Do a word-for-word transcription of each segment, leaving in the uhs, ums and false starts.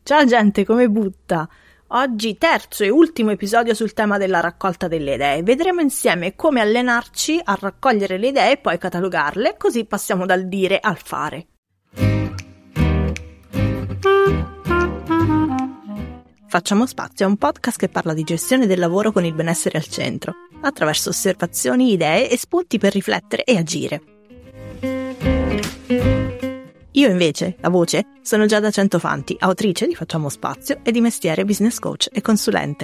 Ciao gente, come butta? Oggi terzo e ultimo episodio sul tema della raccolta delle idee. Vedremo insieme come allenarci a raccogliere le idee e poi catalogarle, così passiamo dal dire al fare. Facciamo Spazio è un podcast che parla di gestione del lavoro con il benessere al centro, attraverso osservazioni, idee e spunti per riflettere e agire. Io invece, la voce, sono Giada Centofanti, autrice di Facciamo Spazio e di mestiere business coach e consulente.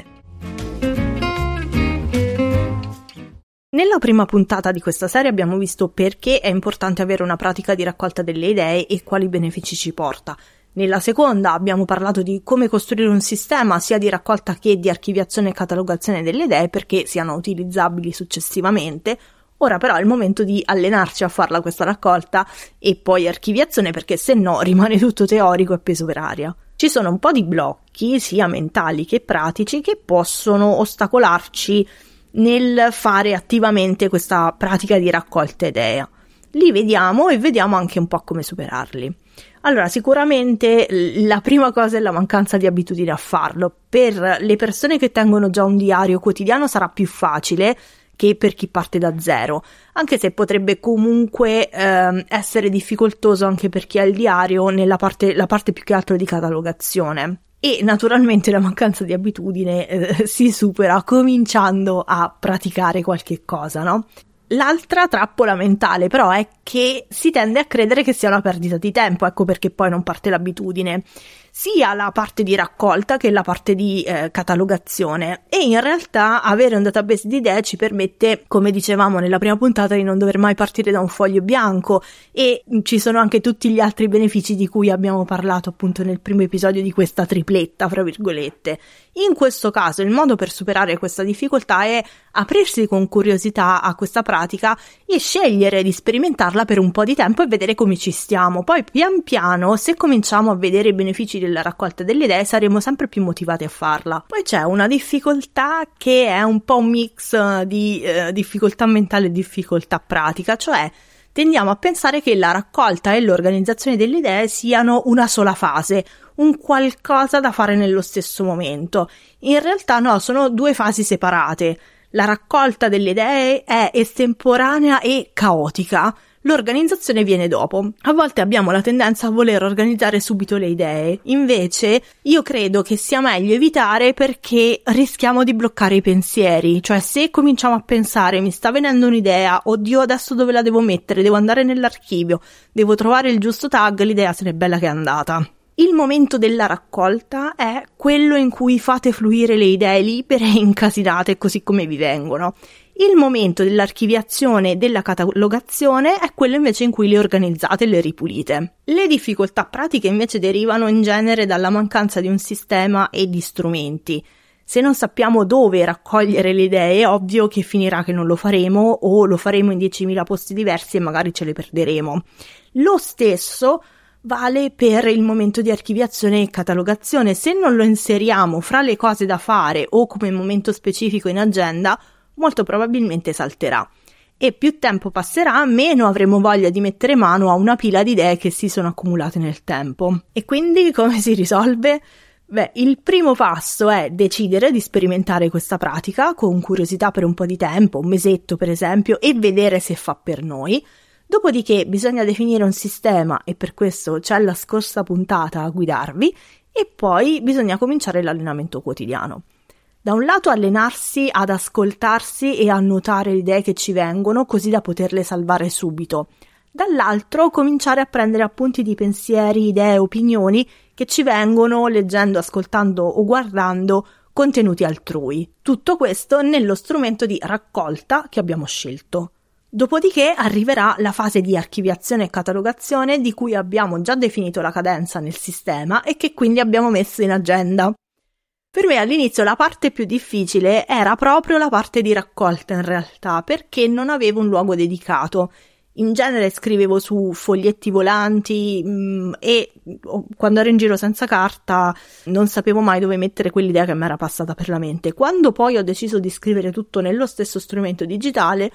Nella prima puntata di questa serie abbiamo visto perché è importante avere una pratica di raccolta delle idee e quali benefici ci porta. Nella seconda abbiamo parlato di come costruire un sistema sia di raccolta che di archiviazione e catalogazione delle idee perché siano utilizzabili successivamente. Ora però è il momento di allenarci a farla questa raccolta e poi archiviazione, perché se no rimane tutto teorico e peso per aria. Ci sono un po' di blocchi, sia mentali che pratici, che possono ostacolarci nel fare attivamente questa pratica di raccolta idea. Li vediamo e vediamo anche un po' come superarli. Allora, sicuramente la prima cosa è la mancanza di abitudine a farlo. Per le persone che tengono già un diario quotidiano sarà più facile che per chi parte da zero, anche se potrebbe comunque ehm, essere difficoltoso anche per chi ha il diario nella parte, la parte più che altro di catalogazione. E naturalmente la mancanza di abitudine eh, si supera cominciando a praticare qualche cosa, no? L'altra trappola mentale però è che si tende a credere che sia una perdita di tempo, ecco perché poi non parte l'abitudine, sia la parte di raccolta che la parte di eh, catalogazione, e in realtà avere un database di idee ci permette, come dicevamo nella prima puntata, di non dover mai partire da un foglio bianco, e ci sono anche tutti gli altri benefici di cui abbiamo parlato appunto nel primo episodio di questa tripletta, fra virgolette. In questo caso il modo per superare questa difficoltà è aprirsi con curiosità a questa pratica e scegliere di sperimentarla per un po' di tempo e vedere come ci stiamo. Poi pian piano, se cominciamo a vedere i benefici della raccolta delle idee, saremo sempre più motivati a farla. Poi c'è una difficoltà che è un po' un mix di eh, difficoltà mentale e difficoltà pratica, cioè tendiamo a pensare che la raccolta e l'organizzazione delle idee siano una sola fase, un qualcosa da fare nello stesso momento. In realtà no, sono due fasi separate. La raccolta delle idee è estemporanea e caotica. L'organizzazione viene dopo. A volte abbiamo la tendenza a voler organizzare subito le idee, invece io credo che sia meglio evitare, perché rischiamo di bloccare i pensieri. Cioè, se cominciamo a pensare mi sta venendo un'idea, oddio adesso dove la devo mettere, devo andare nell'archivio, devo trovare il giusto tag, l'idea se n'è bella che è andata. Il momento della raccolta è quello in cui fate fluire le idee libere e incasinate così come vi vengono. Il momento dell'archiviazione e della catalogazione è quello invece in cui le organizzate e le ripulite. Le difficoltà pratiche invece derivano in genere dalla mancanza di un sistema e di strumenti. Se non sappiamo dove raccogliere le idee, è ovvio che finirà che non lo faremo, o lo faremo in diecimila posti diversi e magari ce le perderemo. Lo stesso vale per il momento di archiviazione e catalogazione. Se non lo inseriamo fra le cose da fare o come momento specifico in agenda, molto probabilmente salterà. E più tempo passerà, meno avremo voglia di mettere mano a una pila di idee che si sono accumulate nel tempo. E quindi come si risolve? Beh, il primo passo è decidere di sperimentare questa pratica con curiosità per un po' di tempo, un mesetto per esempio, e vedere se fa per noi. Dopodiché bisogna definire un sistema, e per questo c'è la scorsa puntata a guidarvi, e poi bisogna cominciare l'allenamento quotidiano. Da un lato allenarsi ad ascoltarsi e a notare le idee che ci vengono, così da poterle salvare subito. Dall'altro cominciare a prendere appunti di pensieri, idee, opinioni che ci vengono leggendo, ascoltando o guardando contenuti altrui. Tutto questo nello strumento di raccolta che abbiamo scelto. Dopodiché arriverà la fase di archiviazione e catalogazione, di cui abbiamo già definito la cadenza nel sistema e che quindi abbiamo messo in agenda. Per me all'inizio la parte più difficile era proprio la parte di raccolta in realtà, perché non avevo un luogo dedicato. In genere scrivevo su foglietti volanti mh, e quando ero in giro senza carta non sapevo mai dove mettere quell'idea che mi era passata per la mente. Quando poi ho deciso di scrivere tutto nello stesso strumento digitale,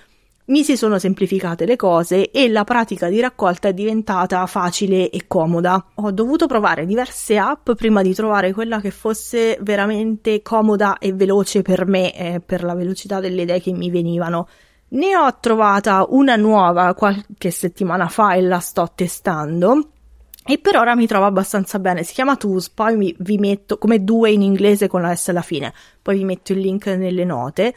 mi si sono semplificate le cose e la pratica di raccolta è diventata facile e comoda. Ho dovuto provare diverse app prima di trovare quella che fosse veramente comoda e veloce per me, eh, per la velocità delle idee che mi venivano. Ne ho trovata una nuova qualche settimana fa e la sto testando e per ora mi trovo abbastanza bene. Si chiama Toos, poi mi, vi metto come due in inglese con la S alla fine, poi vi metto il link nelle note.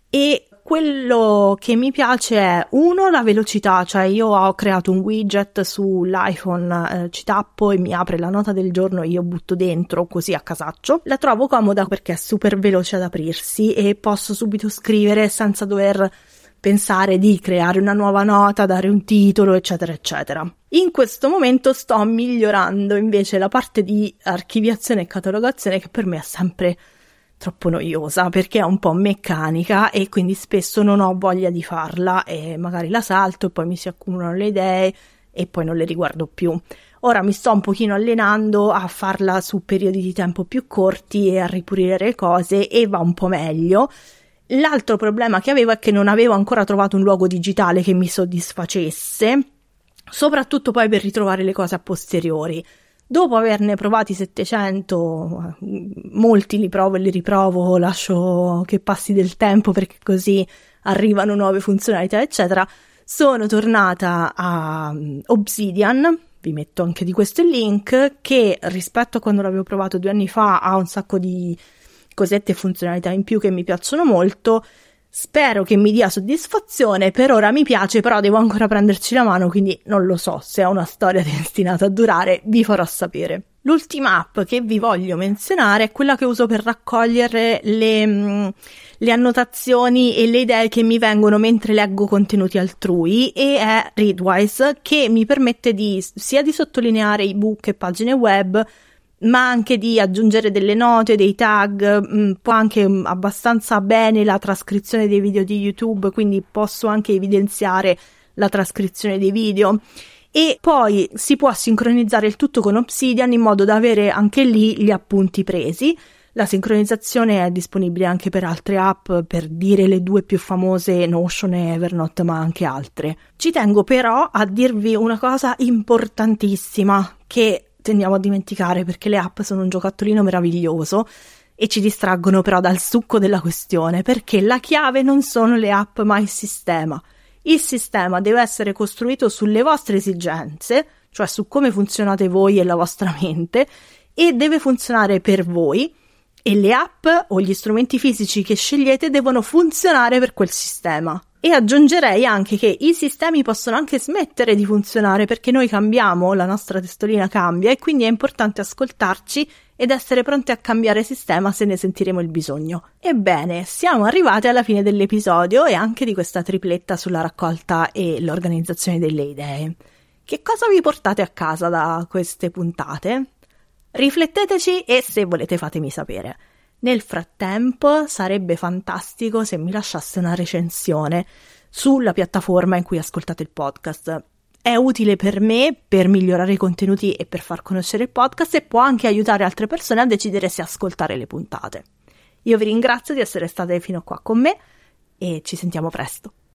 E quello che mi piace è, uno, la velocità, cioè io ho creato un widget sull'iPhone, eh, ci tappo e mi apre la nota del giorno e io butto dentro così a casaccio. La trovo comoda perché è super veloce ad aprirsi e posso subito scrivere senza dover pensare di creare una nuova nota, dare un titolo, eccetera, eccetera. In questo momento sto migliorando invece la parte di archiviazione e catalogazione, che per me è sempre troppo noiosa perché è un po' meccanica e quindi spesso non ho voglia di farla e magari la salto e poi mi si accumulano le idee e poi non le riguardo più. Ora mi sto un pochino allenando a farla su periodi di tempo più corti e a ripulire le cose e va un po' meglio. L'altro problema che avevo è che non avevo ancora trovato un luogo digitale che mi soddisfacesse, soprattutto poi per ritrovare le cose a posteriori. Dopo averne provati settecento, molti li provo e li riprovo, lascio che passi del tempo perché così arrivano nuove funzionalità, eccetera, sono tornata a Obsidian, vi metto anche di questo il link, che rispetto a quando l'avevo provato due anni fa ha un sacco di cosette e funzionalità in più che mi piacciono molto. Spero che mi dia soddisfazione, per ora mi piace, però devo ancora prenderci la mano, quindi non lo so se è una storia destinata a durare, vi farò sapere. L'ultima app che vi voglio menzionare è quella che uso per raccogliere le, le annotazioni e le idee che mi vengono mentre leggo contenuti altrui, e è Readwise, che mi permette di sia di sottolineare ebook e pagine web, ma anche di aggiungere delle note, dei tag, mh, può anche mh, abbastanza bene la trascrizione dei video di YouTube, quindi posso anche evidenziare la trascrizione dei video, e poi si può sincronizzare il tutto con Obsidian in modo da avere anche lì gli appunti presi. La sincronizzazione è disponibile anche per altre app, per dire le due più famose, Notion e Evernote, ma anche altre. Ci tengo però a dirvi una cosa importantissima che tendiamo a dimenticare, perché le app sono un giocattolino meraviglioso e ci distraggono però dal succo della questione, perché la chiave non sono le app ma il sistema. Il sistema deve essere costruito sulle vostre esigenze, cioè su come funzionate voi e la vostra mente, e deve funzionare per voi, e le app o gli strumenti fisici che scegliete devono funzionare per quel sistema. E aggiungerei anche che i sistemi possono anche smettere di funzionare perché noi cambiamo, la nostra testolina cambia, e quindi è importante ascoltarci ed essere pronti a cambiare sistema se ne sentiremo il bisogno. Ebbene, siamo arrivati alla fine dell'episodio e anche di questa tripletta sulla raccolta e l'organizzazione delle idee. Che cosa vi portate a casa da queste puntate? Rifletteteci e se volete fatemi sapere. Nel frattempo sarebbe fantastico se mi lasciaste una recensione sulla piattaforma in cui ascoltate il podcast. È utile per me per migliorare i contenuti e per far conoscere il podcast, e può anche aiutare altre persone a decidere se ascoltare le puntate. Io vi ringrazio di essere state fino a qua con me e ci sentiamo presto.